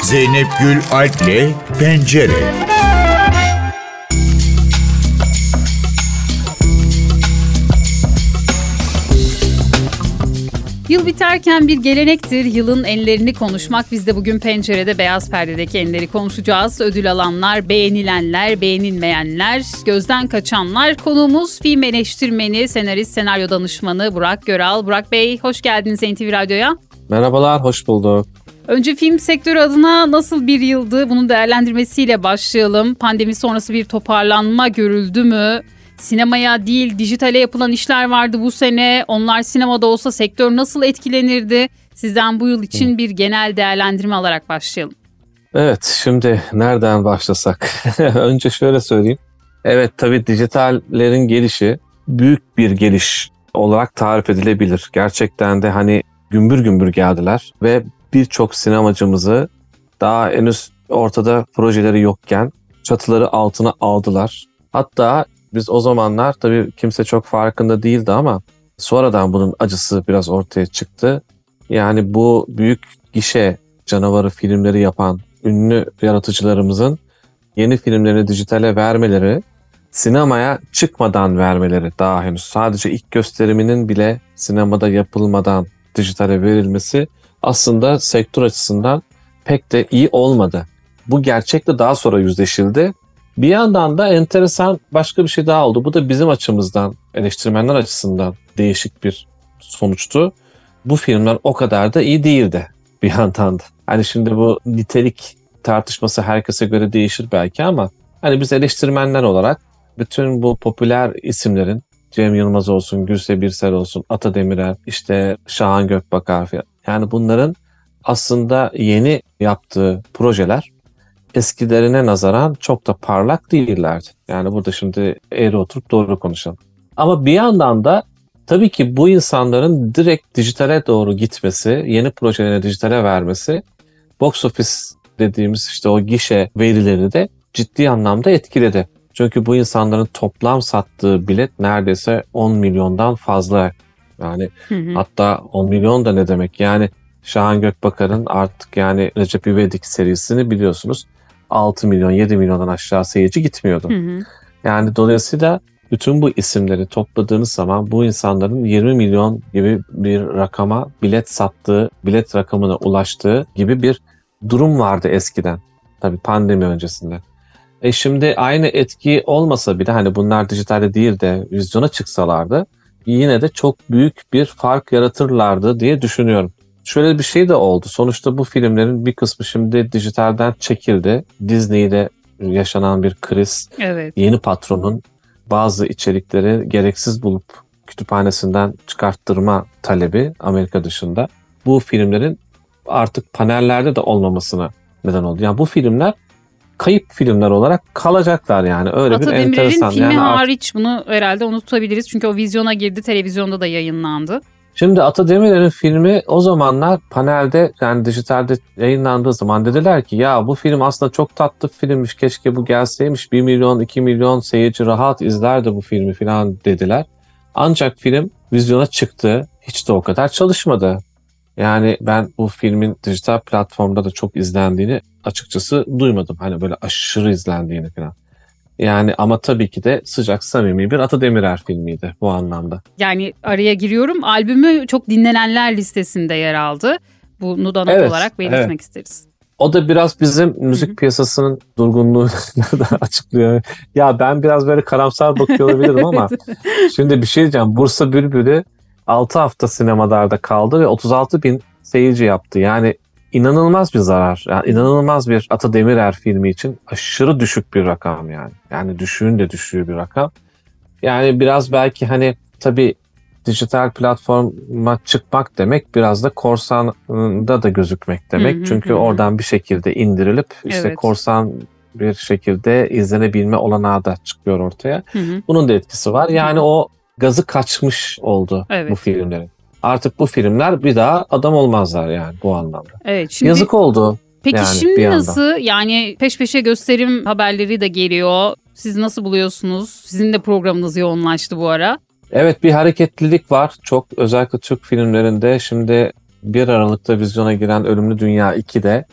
Zeynep Gül Alp'le Pencere. Yıl biterken bir gelenektir yılın enlerini konuşmak. Biz de bugün Pencere'de beyaz perdedeki enleri konuşacağız. Ödül alanlar, beğenilenler, beğenilmeyenler, gözden kaçanlar. Konuğumuz film eleştirmeni, senarist, senaryo danışmanı Burak Göral. Burak Bey, hoş geldiniz NTV Radyo'ya. Merhabalar, hoş bulduk. Önce film sektörü adına nasıl bir yıldı? Bunun değerlendirmesiyle başlayalım. Pandemi sonrası bir toparlanma görüldü mü? Sinemaya değil, dijitale yapılan işler vardı bu sene. Onlar sinemada olsa sektör nasıl etkilenirdi? Sizden bu yıl için bir genel değerlendirme alarak başlayalım. Evet, şimdi nereden başlasak? Önce şöyle söyleyeyim. Evet, tabii dijitallerin gelişi büyük bir geliş olarak tarif edilebilir. Gerçekten de hani gümbür gümbür geldiler ve birçok sinemacımızı daha henüz ortada projeleri yokken çatıları altına aldılar. Hatta biz o zamanlar tabii kimse çok farkında değildi ama sonradan bunun acısı biraz ortaya çıktı. Yani bu büyük gişe canavarı filmleri yapan ünlü yaratıcılarımızın yeni filmlerini dijitale vermeleri, sinemaya çıkmadan vermeleri, daha henüz sadece ilk gösteriminin bile sinemada yapılmadan dijitale verilmesi aslında sektör açısından pek de iyi olmadı. Bu gerçekle daha sonra yüzleşildi. Bir yandan da enteresan başka bir şey daha oldu. Bu da bizim açımızdan, eleştirmenler açısından değişik bir sonuçtu. Bu filmler o kadar da iyi değildi bir yandan da. Hani şimdi bu nitelik tartışması herkese göre değişir belki ama hani biz eleştirmenler olarak bütün bu popüler isimlerin, Cem Yılmaz olsun, Gülse Birsel olsun, Ata Demirer, işte Şahan Gökbakar falan. Yani bunların aslında yeni yaptığı projeler eskilerine nazaran çok da parlak değillerdi. Yani burada şimdi eğri oturup doğru konuşalım. Ama bir yandan da tabii ki bu insanların direkt dijitale doğru gitmesi, yeni projeleri dijitale vermesi, box office dediğimiz işte o gişe verileri de ciddi anlamda etkiledi. Çünkü bu insanların toplam sattığı bilet neredeyse 10 milyondan fazla. Yani hatta 10 milyon da ne demek? Yani Şahan Gökbakar'ın artık yani Recep İvedik serisini biliyorsunuz 6 milyon 7 milyondan aşağı seyirci gitmiyordu. Yani dolayısıyla bütün bu isimleri topladığınız zaman bu insanların 20 milyon gibi bir rakama bilet sattığı, bilet rakamına ulaştığı gibi bir durum vardı eskiden. Tabii pandemi öncesinde. Şimdi aynı etki olmasa bile hani bunlar dijitalde değil de vizyona çıksalardı yine de çok büyük bir fark yaratırlardı diye düşünüyorum. Şöyle bir şey de oldu. Sonuçta bu filmlerin bir kısmı şimdi dijitalden çekildi. Disney'de yaşanan bir kriz. Evet. Yeni patronun bazı içerikleri gereksiz bulup kütüphanesinden çıkarttırma talebi Amerika dışında. Bu filmlerin artık panellerde de olmamasına neden oldu. Yani bu filmler kayıp filmler olarak kalacaklar yani. Öyle Ata bir Demirer'in enteresan. filmi yani hariç bunu herhalde unutabiliriz. Çünkü o vizyona girdi, televizyonda da yayınlandı. Şimdi Ata Demirer'in filmi o zamanlar panelde yani dijitalde yayınlandığı zaman dediler ki ya bu film aslında çok tatlı filmmiş, keşke bu gelseymiş, 1 milyon 2 milyon seyirci rahat izlerdi bu filmi falan dediler. Ancak film vizyona çıktı, hiç de o kadar çalışmadı. Yani ben bu filmin dijital platformda da çok izlendiğini açıkçası duymadım. Hani böyle aşırı izlendiğini falan. Yani ama tabii ki de sıcak, samimi bir Ata Demirer filmiydi bu anlamda. Yani araya giriyorum. Albümü çok dinlenenler listesinde yer aldı. Bunu da not olarak belirtmek isteriz. O da biraz bizim müzik piyasasının durgunluğunu da açıklıyor. Ya ben biraz böyle karamsar bakıyor olabilirim ama şimdi bir şey diyeceğim. Bursa Bülbülü 6 hafta sinemalarda kaldı ve 36 bin seyirci yaptı. Yani inanılmaz bir zarar. Yani inanılmaz bir Ata Demirer filmi için aşırı düşük bir rakam yani. Yani düşüğün de düşüğü bir rakam. Yani biraz belki hani tabii dijital platforma çıkmak demek biraz da korsanda da gözükmek demek. Çünkü oradan bir şekilde indirilip işte korsan bir şekilde izlenebilme olanağı da çıkıyor ortaya. Bunun da etkisi var. Yani o gazı kaçmış oldu bu filmlerin. Artık bu filmler bir daha adam olmazlar yani bu anlamda. Evet, şimdi... Yazık oldu. Peki yani şimdi nasıl? Yani peş peşe gösterim haberleri de geliyor. Siz nasıl buluyorsunuz? Sizin de programınız yoğunlaştı bu ara. Evet, bir hareketlilik var. Çok özellikle Türk filmlerinde şimdi 1 Aralık'ta vizyona giren Ölümlü Dünya 2'de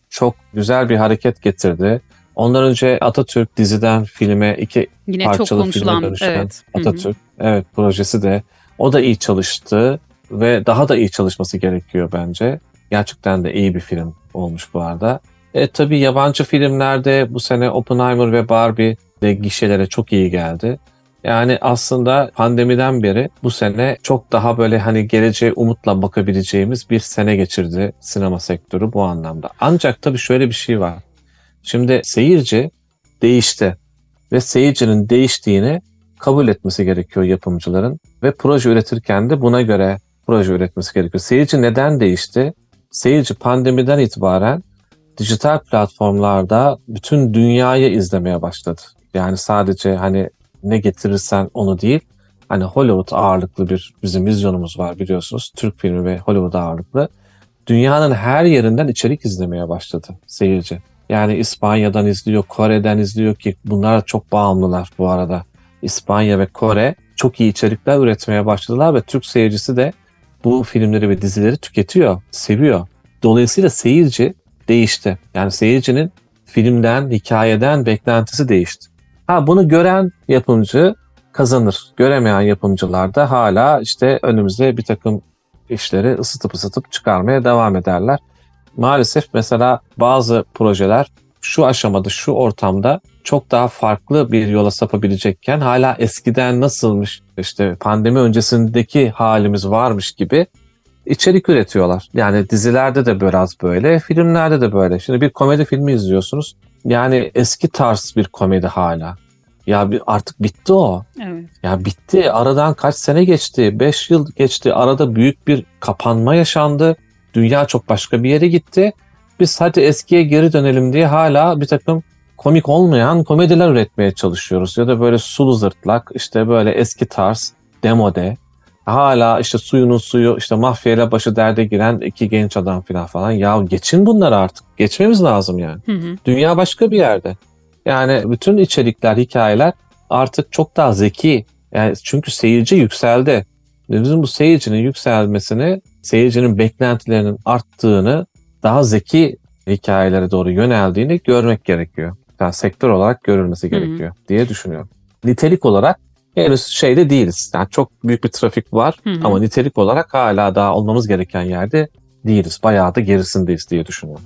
çok güzel bir hareket getirdi. Ondan önce Atatürk diziden filme 2 Yine çok parçalı filme konuşulan, dönüşen evet. Atatürk evet projesi de o da iyi çalıştı ve daha da iyi çalışması gerekiyor bence. Gerçekten de iyi bir film olmuş bu arada. Tabii yabancı filmlerde bu sene Oppenheimer ve Barbie de gişelere çok iyi geldi. Yani aslında pandemiden beri bu sene çok daha böyle hani geleceğe umutla bakabileceğimiz bir sene geçirdi sinema sektörü bu anlamda. Ancak tabii şöyle bir şey var. Şimdi seyirci değişti ve seyircinin değiştiğini kabul etmesi gerekiyor yapımcıların ve proje üretirken de buna göre proje üretmesi gerekiyor. Seyirci neden değişti? Seyirci pandemiden itibaren dijital platformlarda bütün dünyayı izlemeye başladı. Yani sadece hani ne getirirsen onu değil, hani Hollywood ağırlıklı bir bizim vizyonumuz var biliyorsunuz. Türk filmi ve Hollywood ağırlıklı. Dünyanın her yerinden içerik izlemeye başladı seyirci. Yani İspanya'dan izliyor, Kore'den izliyor ki bunlar çok bağımlılar bu arada. İspanya ve Kore çok iyi içerikler üretmeye başladılar ve Türk seyircisi de bu filmleri ve dizileri tüketiyor, seviyor. Dolayısıyla seyirci değişti. Yani seyircinin filmden, hikayeden beklentisi değişti. Bunu gören yapımcı kazanır. Göremeyen yapımcılar da hala işte önümüzde bir takım işleri ısıtıp çıkarmaya devam ederler. Maalesef mesela bazı projeler şu aşamada, şu ortamda çok daha farklı bir yola sapabilecekken hala eskiden nasılmış, işte pandemi öncesindeki halimiz varmış gibi içerik üretiyorlar. Yani dizilerde de biraz böyle, filmlerde de böyle. Şimdi bir komedi filmi izliyorsunuz. Yani eski tarz bir komedi hala. Ya artık bitti o. Evet. Ya bitti. Aradan kaç sene geçti? 5 yıl geçti. Arada büyük bir kapanma yaşandı. Dünya çok başka bir yere gitti. Biz hadi eskiye geri dönelim diye hala bir takım komik olmayan komediler üretmeye çalışıyoruz. Ya da böyle sulu zırtlak, işte böyle eski tarz, demode. Hala işte suyunun suyu, işte mafyayla başı derde giren iki genç adam falan. Ya geçin bunları artık. Geçmemiz lazım yani. Dünya başka bir yerde. Yani bütün içerikler, hikayeler artık çok daha zeki. Yani çünkü seyirci yükseldi. Ve bizim bu seyircinin yükselmesini, seyircinin beklentilerinin arttığını, daha zeki hikayelere doğru yöneldiğini görmek gerekiyor. Yani sektör olarak görülmesi gerekiyor diye düşünüyorum. Nitelik olarak henüz şeyde değiliz. Yani çok büyük bir trafik var ama nitelik olarak hala daha olmamız gereken yerde değiliz. Bayağı da gerisindeyiz diye düşünüyorum.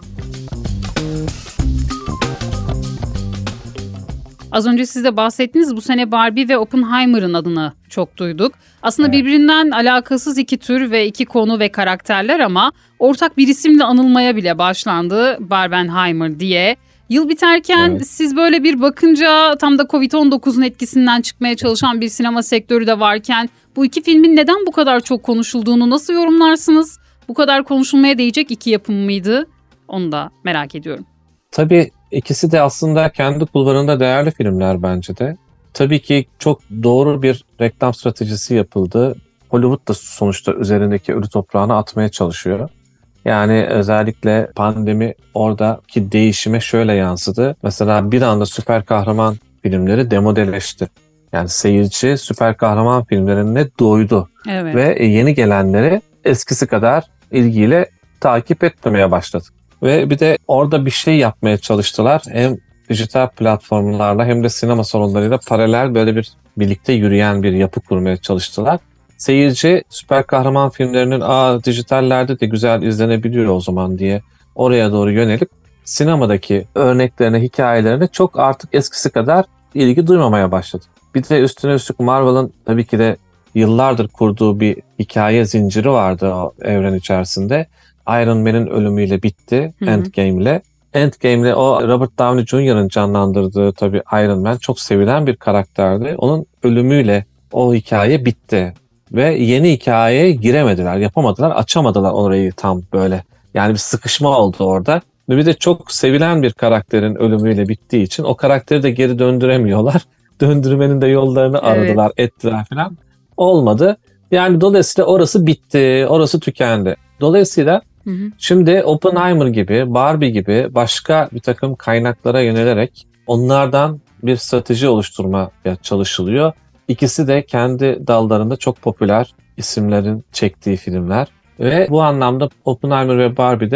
Az önce siz de bahsettiniz, bu sene Barbie ve Oppenheimer'ın adını çok duyduk. Aslında birbirinden alakasız iki tür ve iki konu ve karakterler ama ortak bir isimle anılmaya bile başlandı, Barbenheimer diye. Yıl biterken siz böyle bir bakınca tam da Covid-19'un etkisinden çıkmaya çalışan bir sinema sektörü de varken bu iki filmin neden bu kadar çok konuşulduğunu nasıl yorumlarsınız? Bu kadar konuşulmaya değecek iki yapım mıydı? Onu da merak ediyorum. Tabii ikisi de aslında kendi kulvarında değerli filmler bence de. Tabii ki çok doğru bir reklam stratejisi yapıldı. Hollywood da sonuçta üzerindeki ölü toprağını atmaya çalışıyor. Yani özellikle pandemi oradaki değişime şöyle yansıdı. Mesela bir anda süper kahraman filmleri demodeleşti. Yani seyirci süper kahraman filmlerine doydu. Evet. Ve yeni gelenleri eskisi kadar ilgiyle takip etmemeye başladı. Ve bir de orada bir şey yapmaya çalıştılar. Hem dijital platformlarla hem de sinema salonlarıyla paralel böyle bir birlikte yürüyen bir yapı kurmaya çalıştılar. Seyirci süper kahraman filmlerinin dijitallerde de güzel izlenebiliyor o zaman diye oraya doğru yönelip sinemadaki örneklerine, hikayelerine çok artık eskisi kadar ilgi duymamaya başladı. Bir de üstüne üstlük Marvel'ın tabii ki de yıllardır kurduğu bir hikaye zinciri vardı o evren içerisinde. Iron Man'in ölümüyle bitti, Endgame'le. Endgame'le o Robert Downey Jr.'ın canlandırdığı tabii Iron Man çok sevilen bir karakterdi. Onun ölümüyle o hikaye bitti. Ve yeni hikayeye giremediler, yapamadılar, açamadılar orayı tam böyle. Yani bir sıkışma oldu orada. Ve bir de çok sevilen bir karakterin ölümüyle bittiği için o karakteri de geri döndüremiyorlar. Döndürmenin de yollarını aradılar, ettiler falan. Olmadı. Yani dolayısıyla orası bitti, orası tükendi. Dolayısıyla şimdi Oppenheimer gibi, Barbie gibi başka bir takım kaynaklara yönelerek onlardan bir strateji oluşturmaya çalışılıyor. İkisi de kendi dallarında çok popüler isimlerin çektiği filmler ve bu anlamda Oppenheimer ve Barbie de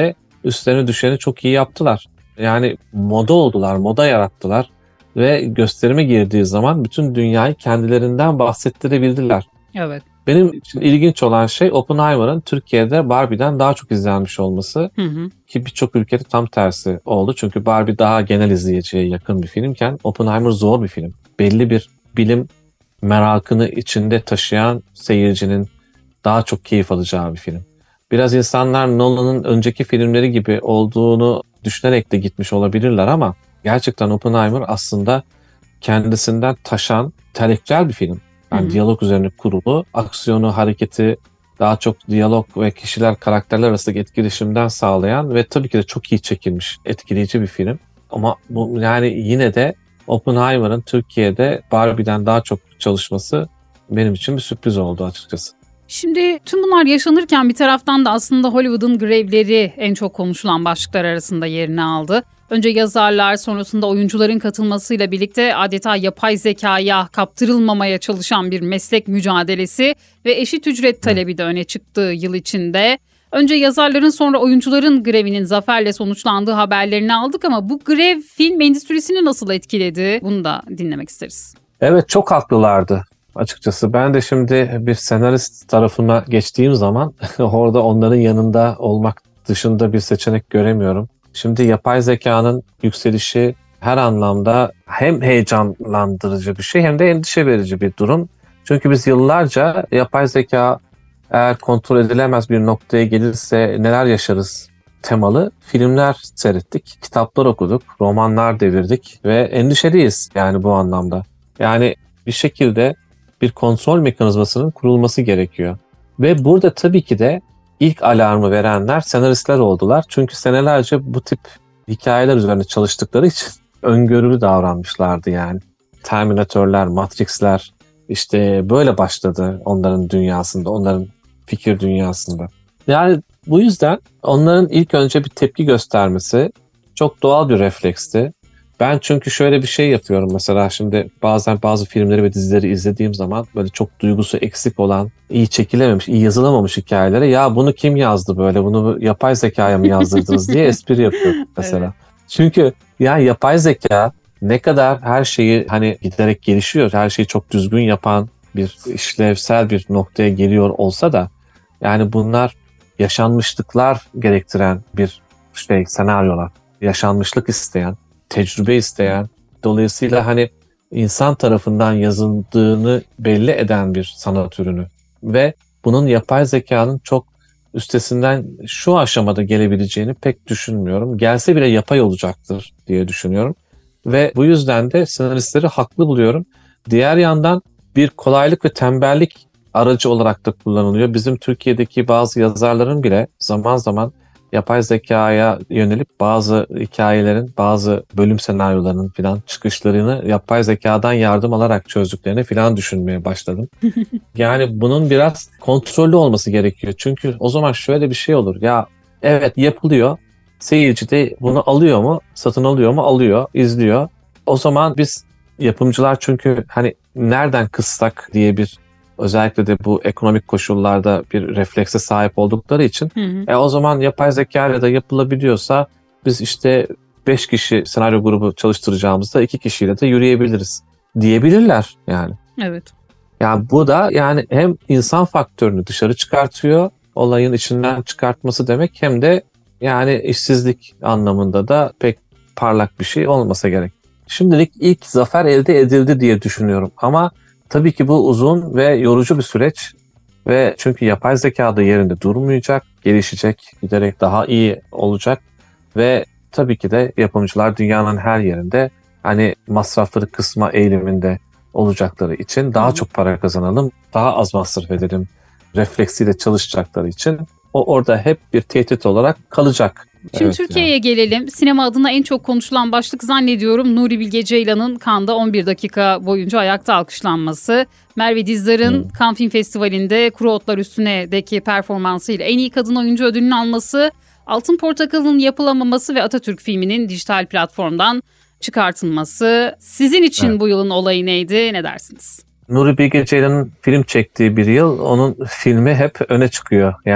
üstlerine düşeni çok iyi yaptılar. Yani moda oldular, moda yarattılar ve gösterime girdiği zaman bütün dünyayı kendilerinden bahsettirebildiler. Evet. Benim için ilginç olan şey Oppenheimer'ın Türkiye'de Barbie'den daha çok izlenmiş olması. Hı hı. Ki birçok ülkede tam tersi oldu. Çünkü Barbie daha genel izleyiciye yakın bir filmken Oppenheimer zor bir film. Belli bir bilim merakını içinde taşıyan seyircinin daha çok keyif alacağı bir film. Biraz insanlar Nolan'ın önceki filmleri gibi olduğunu düşünerek de gitmiş olabilirler ama gerçekten Oppenheimer aslında kendisinden taşan entelektüel bir film. Yani diyalog üzerine kurulu, aksiyonu, hareketi daha çok diyalog ve kişiler, karakterler arasındaki etkileşimden sağlayan ve tabii ki de çok iyi çekilmiş, etkileyici bir film. Ama bu yani yine de Oppenheimer'ın Türkiye'de Barbie'den daha çok çalışması benim için bir sürpriz oldu açıkçası. Şimdi tüm bunlar yaşanırken bir taraftan da aslında Hollywood'un grevleri en çok konuşulan başlıklar arasında yerini aldı. Önce yazarlar, sonrasında oyuncuların katılmasıyla birlikte adeta yapay zekaya kaptırılmamaya çalışan bir meslek mücadelesi ve eşit ücret talebi de öne çıktığı yıl içinde. Önce yazarların sonra oyuncuların grevinin zaferle sonuçlandığı haberlerini aldık ama bu grev film endüstrisini nasıl etkiledi? Bunu da dinlemek isteriz. Evet, çok haklılardı. Açıkçası ben de şimdi bir senarist tarafına geçtiğim zaman orada onların yanında olmak dışında bir seçenek göremiyorum. Şimdi yapay zekanın yükselişi her anlamda hem heyecanlandırıcı bir şey hem de endişe verici bir durum. Çünkü biz yıllarca yapay zeka eğer kontrol edilemez bir noktaya gelirse neler yaşarız temalı filmler seyrettik, kitaplar okuduk, romanlar devirdik ve endişeliyiz yani bu anlamda. Yani bir şekilde bir kontrol mekanizmasının kurulması gerekiyor. Ve burada tabii ki de ilk alarmı verenler senaristler oldular. Çünkü senelerce bu tip hikayeler üzerine çalıştıkları için öngörülü davranmışlardı yani. Terminatörler, Matrix'ler işte böyle başladı onların dünyasında, onların fikir dünyasında. Yani bu yüzden onların ilk önce bir tepki göstermesi çok doğal bir refleksti. Ben çünkü şöyle bir şey yapıyorum mesela şimdi bazen bazı filmleri ve dizileri izlediğim zaman böyle çok duygusu eksik olan, iyi çekilememiş, iyi yazılamamış hikayelere ya bunu kim yazdı böyle, bunu yapay zekaya mı yazdırdınız diye espri yapıyorum mesela. Evet. Çünkü ya yapay zeka ne kadar her şeyi hani giderek gelişiyor, her şeyi çok düzgün yapan bir işlevsel bir noktaya geliyor olsa da yani bunlar yaşanmışlıklar gerektiren bir senaryolar, yaşanmışlık isteyen, tecrübe isteyen, dolayısıyla hani insan tarafından yazıldığını belli eden bir sanat ürünü ve bunun yapay zekanın çok üstesinden şu aşamada gelebileceğini pek düşünmüyorum. Gelse bile yapay olacaktır diye düşünüyorum ve bu yüzden de senaristleri haklı buluyorum. Diğer yandan bir kolaylık ve tembellik aracı olarak da kullanılıyor. Bizim Türkiye'deki bazı yazarların bile zaman zaman yapay zekaya yönelip bazı hikayelerin, bazı bölüm senaryolarının filan çıkışlarını yapay zekadan yardım alarak çözdüklerini filan düşünmeye başladım. Yani bunun biraz kontrollü olması gerekiyor. Çünkü o zaman şöyle bir şey olur. Ya evet yapılıyor. Seyirci de bunu alıyor mu? Satın alıyor mu? Alıyor, izliyor. O zaman biz yapımcılar çünkü hani nereden kıssak diye bir özellikle de bu ekonomik koşullarda bir reflekse sahip oldukları için o zaman yapay zeka ile de yapılabiliyorsa biz işte 5 kişi senaryo grubu çalıştıracağımızda 2 kişiyle de yürüyebiliriz diyebilirler yani. Evet. Yani bu da yani hem insan faktörünü dışarı çıkartıyor, olayın içinden çıkartması demek hem de yani işsizlik anlamında da pek parlak bir şey olmasa gerek. Şimdilik ilk zafer elde edildi diye düşünüyorum ama tabii ki bu uzun ve yorucu bir süreç ve çünkü yapay zeka da yerinde durmayacak, gelişecek, giderek daha iyi olacak ve tabii ki de yapımcılar dünyanın her yerinde hani masrafları kısma eğiliminde olacakları için daha çok para kazanalım, daha az masraf edelim refleksiyle çalışacakları için o orada hep bir tehdit olarak kalacak. Şimdi evet, Türkiye'ye gelelim. Sinema adına en çok konuşulan başlık zannediyorum Nuri Bilge Ceylan'ın Cannes'da 11 dakika boyunca ayakta alkışlanması. Merve Dizdar'ın Cannes Film Festivali'nde Kuru Otlar Üstüne'deki performansıyla en iyi kadın oyuncu ödülünü alması, Altın Portakal'ın yapılamaması ve Atatürk filminin dijital platformdan çıkartılması. Sizin için bu yılın olayı neydi? Ne dersiniz? Nuri Bilge Ceylan'ın film çektiği bir yıl, onun filmi hep öne çıkıyor. Yani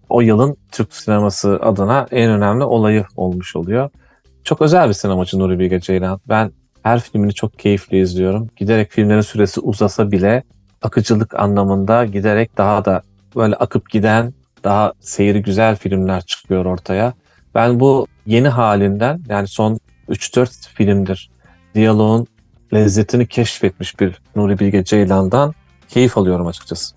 o yılın Türk sineması adına en önemli olayı olmuş oluyor. Çok özel bir sinemacı Nuri Bilge Ceylan. Ben her filmini çok keyifli izliyorum. Giderek filmlerin süresi uzasa bile akıcılık anlamında giderek daha da böyle akıp giden, daha seyri güzel filmler çıkıyor ortaya. Ben bu yeni halinden, yani son 3-4 filmdir diyaloğun lezzetini keşfetmiş bir Nuri Bilge Ceylan'dan keyif alıyorum açıkçası.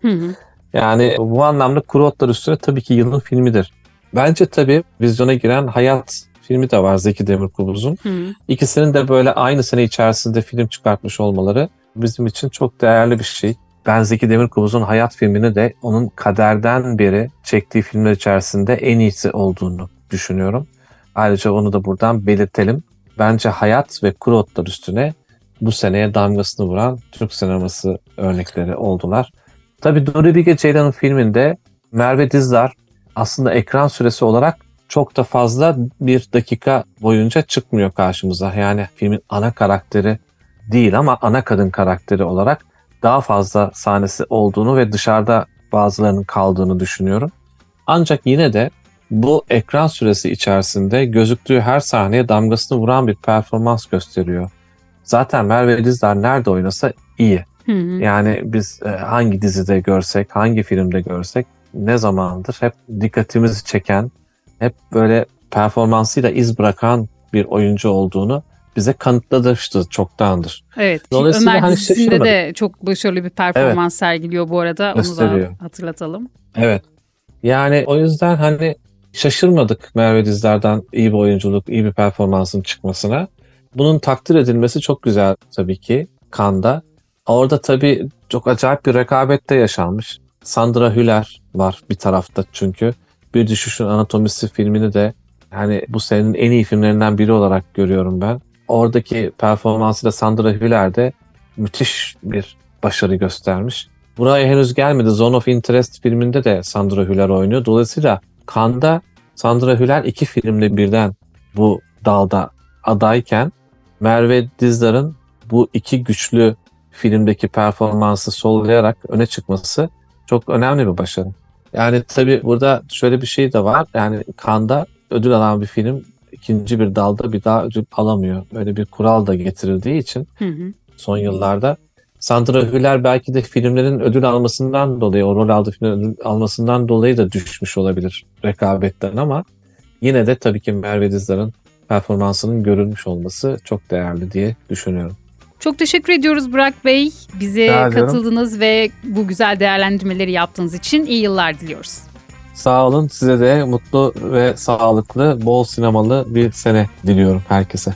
Yani bu anlamda Kuru Otlar Üstüne tabii ki yılın filmidir. Bence tabii vizyona giren Hayat filmi de var Zeki Demirkubuz'un. İkisinin de böyle aynı sene içerisinde film çıkartmış olmaları bizim için çok değerli bir şey. Ben Zeki Demirkubuz'un Hayat filmini de onun Kader'den beri çektiği filmler içerisinde en iyisi olduğunu düşünüyorum. Ayrıca onu da buradan belirtelim. Bence Hayat ve Kuru Otlar Üstüne bu seneye damgasını vuran Türk sineması örnekleri oldular. Tabii Nuri Bilge Ceylan'ın filminde Merve Dizdar aslında ekran süresi olarak çok da fazla, 1 dakika boyunca çıkmıyor karşımıza. Yani filmin ana karakteri değil ama ana kadın karakteri olarak daha fazla sahnesi olduğunu ve dışarıda bazılarının kaldığını düşünüyorum. Ancak yine de bu ekran süresi içerisinde gözüktüğü her sahneye damgasını vuran bir performans gösteriyor. Zaten Merve Dizdar nerede oynasa iyi. Yani biz hangi dizide görsek, hangi filmde görsek, ne zamandır hep dikkatimizi çeken, hep böyle performansıyla iz bırakan bir oyuncu olduğunu bize kanıtlamıştı çoktandır. Evet. Ömer dizisinde de çok başarılı bir performans sergiliyor bu arada. Onu da hatırlatalım. Evet. Yani o yüzden hani şaşırmadık Merve Dizdar'dan iyi bir oyunculuk, iyi bir performansın çıkmasına. Bunun takdir edilmesi çok güzel tabii ki Cannes'da. Orada tabii çok acayip bir rekabet de yaşanmış. Sandra Hüller var bir tarafta çünkü. Bir Düşüşün Anatomisi filmini de hani bu senenin en iyi filmlerinden biri olarak görüyorum ben. Oradaki performansıyla Sandra Hüller de müthiş bir başarı göstermiş. Buraya henüz gelmedi. Zone of Interest filminde de Sandra Hüller oynuyor. Dolayısıyla Cannes'da Sandra Hüller 2 filmle birden bu dalda adayken Merve Dizdar'ın bu 2 güçlü filmdeki performansı sollayarak öne çıkması çok önemli bir başarı. Yani tabii burada şöyle bir şey de var. Yani Cannes'da ödül alan bir film ikinci bir dalda bir daha ödül alamıyor. Böyle bir kural da getirildiği için son yıllarda. Sandra Hüller belki de filmlerin ödül almasından dolayı, o rol aldığı filmlerin ödül almasından dolayı da düşmüş olabilir rekabetten ama yine de tabii ki Merve Dizdar'ın performansının görülmüş olması çok değerli diye düşünüyorum. Çok teşekkür ediyoruz Burak Bey. Bize katıldınız ve bu güzel değerlendirmeleri yaptığınız için iyi yıllar diliyoruz. Sağ olun. Size de mutlu ve sağlıklı, bol sinemalı bir sene diliyorum herkese.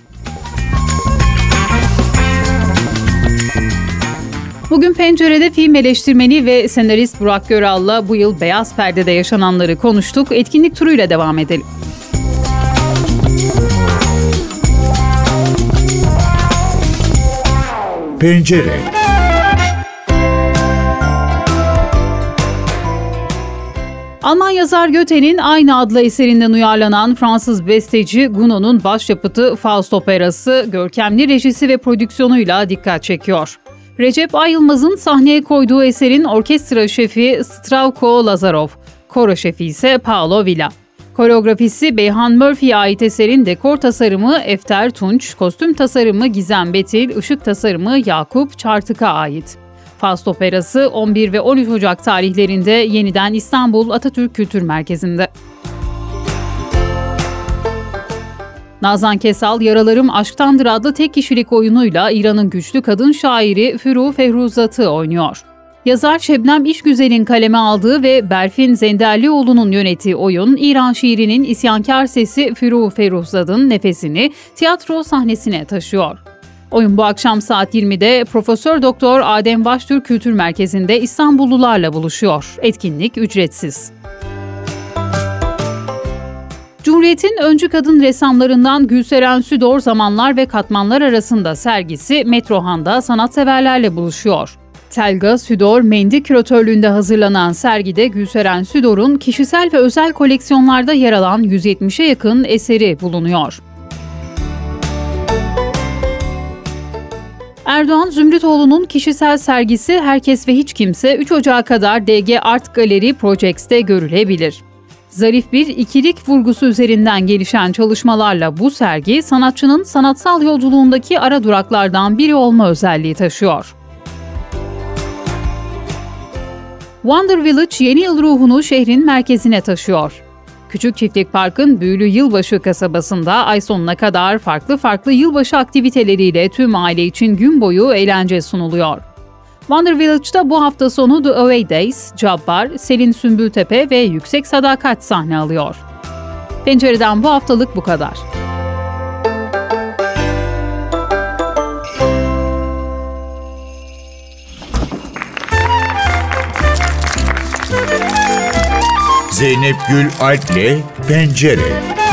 Bugün Pencere'de film eleştirmeni ve senarist Burak Göral'la bu yıl Beyaz Perde'de yaşananları konuştuk. Etkinlik turuyla devam edelim. Pencere. Alman yazar Goethe'nin aynı adlı eserinden uyarlanan Fransız besteci Gounod'un başyapıtı Faust operası görkemli rejisi ve prodüksiyonuyla dikkat çekiyor. Recep Ayılmaz'ın sahneye koyduğu eserin orkestra şefi Stravko Lazarov, koro şefi ise Paolo Villa. Koreografisi Beyhan Murphy'ye ait eserin dekor tasarımı Efter Tunç, kostüm tasarımı Gizem Betil, ışık tasarımı Yakup Çartık'a ait. Faust Operası 11 ve 13 Ocak tarihlerinde yeniden İstanbul Atatürk Kültür Merkezi'nde. Nazan Kesal, Yaralarım Aşktandır adlı tek kişilik oyunuyla İran'ın güçlü kadın şairi Firuh Fehruzat'ı oynuyor. Yazar Şebnem İşgüzel'in kaleme aldığı ve Berfin Zenderlioğlu'nun yönettiği oyun, İran şiirinin isyankar sesi Firuh Fehruzat'ın nefesini tiyatro sahnesine taşıyor. Oyun bu akşam saat 20'de Profesör Doktor Adem Baştürk Kültür Merkezi'nde İstanbullularla buluşuyor. Etkinlik ücretsiz. Cumhuriyet'in öncü kadın ressamlarından Gülseren Südor Zamanlar ve Katmanlar Arasında sergisi Metrohan'da sanatseverlerle buluşuyor. Telga Südor Mendi küratörlüğünde hazırlanan sergide Gülseren Südor'un kişisel ve özel koleksiyonlarda yer alan 170'e yakın eseri bulunuyor. Erdoğan Zümrütoğlu'nun kişisel sergisi Herkes ve Hiç Kimse 3 Ocak'a kadar DG Art Gallery Projects'te görülebilir. Zarif bir ikilik vurgusu üzerinden gelişen çalışmalarla bu sergi, sanatçının sanatsal yolculuğundaki ara duraklardan biri olma özelliği taşıyor. Wonder Village yeni yıl ruhunu şehrin merkezine taşıyor. Küçük Çiftlik Park'ın büyülü yılbaşı kasabasında ay sonuna kadar farklı yılbaşı aktiviteleriyle tüm aile için gün boyu eğlence sunuluyor. Wonder Village'da bu hafta sonu The Away Days, Cabbar, Selin Sümbültepe ve Yüksek Sadakat sahne alıyor. Pencereden bu haftalık bu kadar. Zeynep Gül Alp'le Pencere.